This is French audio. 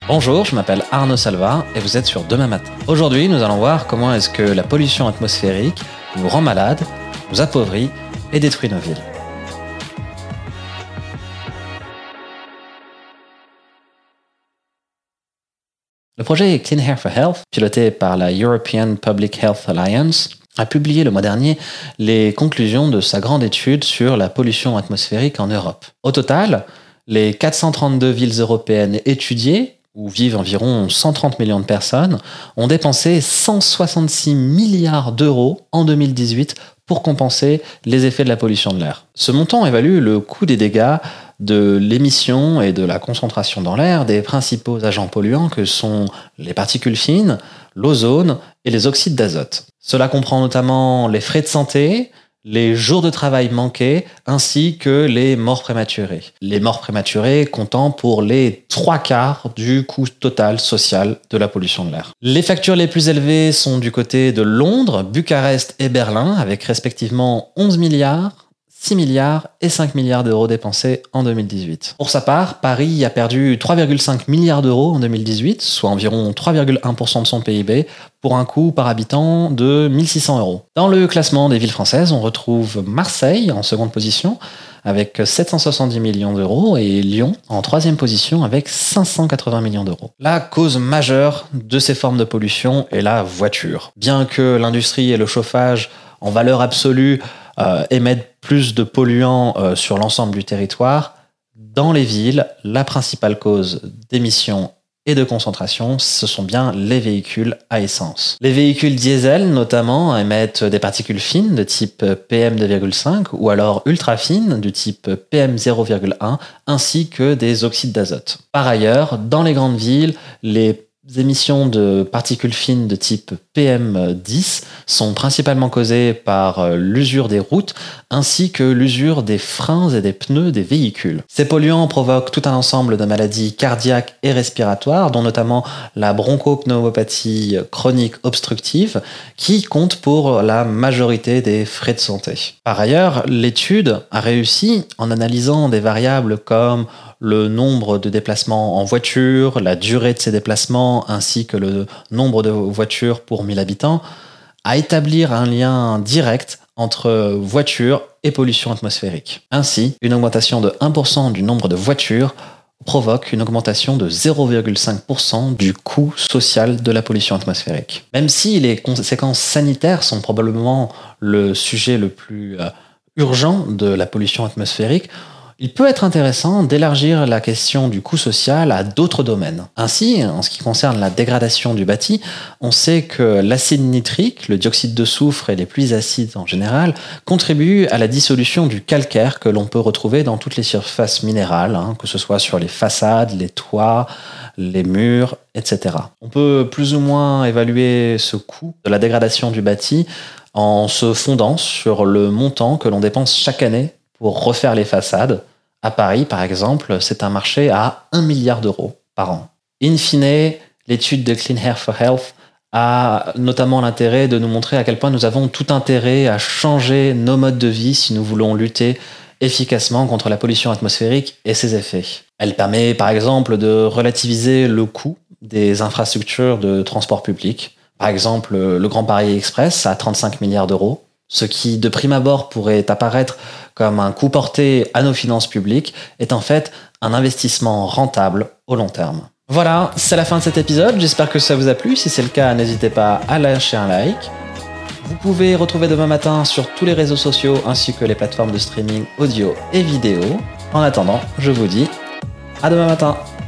Bonjour, je m'appelle Arnaud Salva et vous êtes sur Demain Matin. Aujourd'hui, nous allons voir comment est-ce que la pollution atmosphérique nous rend malades, nous appauvrit et détruit nos villes. Le projet Clean Air for Health, piloté par la European Public Health Alliance, a publié le mois dernier les conclusions de sa grande étude sur la pollution atmosphérique en Europe. Au total, les 432 villes européennes étudiées, où vivent environ 130 millions de personnes, ont dépensé 166 milliards d'euros en 2018 pour compenser les effets de la pollution de l'air. Ce montant évalue le coût des dégâts de l'émission et de la concentration dans l'air des principaux agents polluants que sont les particules fines, l'ozone et les oxydes d'azote. Cela comprend notamment les frais de santé, les jours de travail manqués, ainsi que les morts prématurées. Les morts prématurées comptant pour les 3/4 du coût total social de la pollution de l'air. Les factures les plus élevées sont du côté de Londres, Bucarest et Berlin, avec respectivement 11 milliards, 6 milliards et 5 milliards d'euros dépensés en 2018. Pour sa part, Paris a perdu 3,5 milliards d'euros en 2018, soit environ 3,1% de son PIB, pour un coût par habitant de 1 600 euros. Dans le classement des villes françaises, on retrouve Marseille en seconde position, avec 770 millions d'euros, et Lyon en troisième position, avec 580 millions d'euros. La cause majeure de ces formes de pollution est la voiture. Bien que l'industrie et le chauffage, en valeur absolue, émettent plus de polluants sur l'ensemble du territoire, dans les villes, la principale cause d'émissions et de concentration, ce sont bien les véhicules à essence. Les véhicules diesel, notamment, émettent des particules fines de type PM2,5 ou alors ultra fines du type PM0,1, ainsi que des oxydes d'azote. Par ailleurs, dans les grandes villes, les émissions de particules fines de type PM10 sont principalement causées par l'usure des routes ainsi que l'usure des freins et des pneus des véhicules. Ces polluants provoquent tout un ensemble de maladies cardiaques et respiratoires, dont notamment la bronchopneumopathie chronique obstructive, qui compte pour la majorité des frais de santé. Par ailleurs, l'étude a réussi, en analysant des variables comme le nombre de déplacements en voiture, la durée de ces déplacements, ainsi que le nombre de voitures pour 1000 habitants, à établir un lien direct entre voitures et pollution atmosphérique. Ainsi, une augmentation de 1% du nombre de voitures provoque une augmentation de 0,5% du coût social de la pollution atmosphérique. Même si les conséquences sanitaires sont probablement le sujet le plus urgent de la pollution atmosphérique, il peut être intéressant d'élargir la question du coût social à d'autres domaines. Ainsi, en ce qui concerne la dégradation du bâti, on sait que l'acide nitrique, le dioxyde de soufre et les pluies acides en général contribuent à la dissolution du calcaire que l'on peut retrouver dans toutes les surfaces minérales, que ce soit sur les façades, les toits, les murs, etc. On peut plus ou moins évaluer ce coût de la dégradation du bâti en se fondant sur le montant que l'on dépense chaque année pour refaire les façades. À Paris, par exemple, c'est un marché à 1 milliard d'euros par an. In fine, l'étude de Clean Air for Health a notamment l'intérêt de nous montrer à quel point nous avons tout intérêt à changer nos modes de vie si nous voulons lutter efficacement contre la pollution atmosphérique et ses effets. Elle permet par exemple de relativiser le coût des infrastructures de transport public. Par exemple, le Grand Paris Express à 35 milliards d'euros, ce qui, de prime abord, pourrait apparaître comme un coût porté à nos finances publiques, est en fait un investissement rentable au long terme. Voilà, c'est la fin de cet épisode. J'espère que ça vous a plu. Si c'est le cas, n'hésitez pas à lâcher un like. Vous pouvez retrouver Demain Matin sur tous les réseaux sociaux ainsi que les plateformes de streaming audio et vidéo. En attendant, je vous dis à demain matin.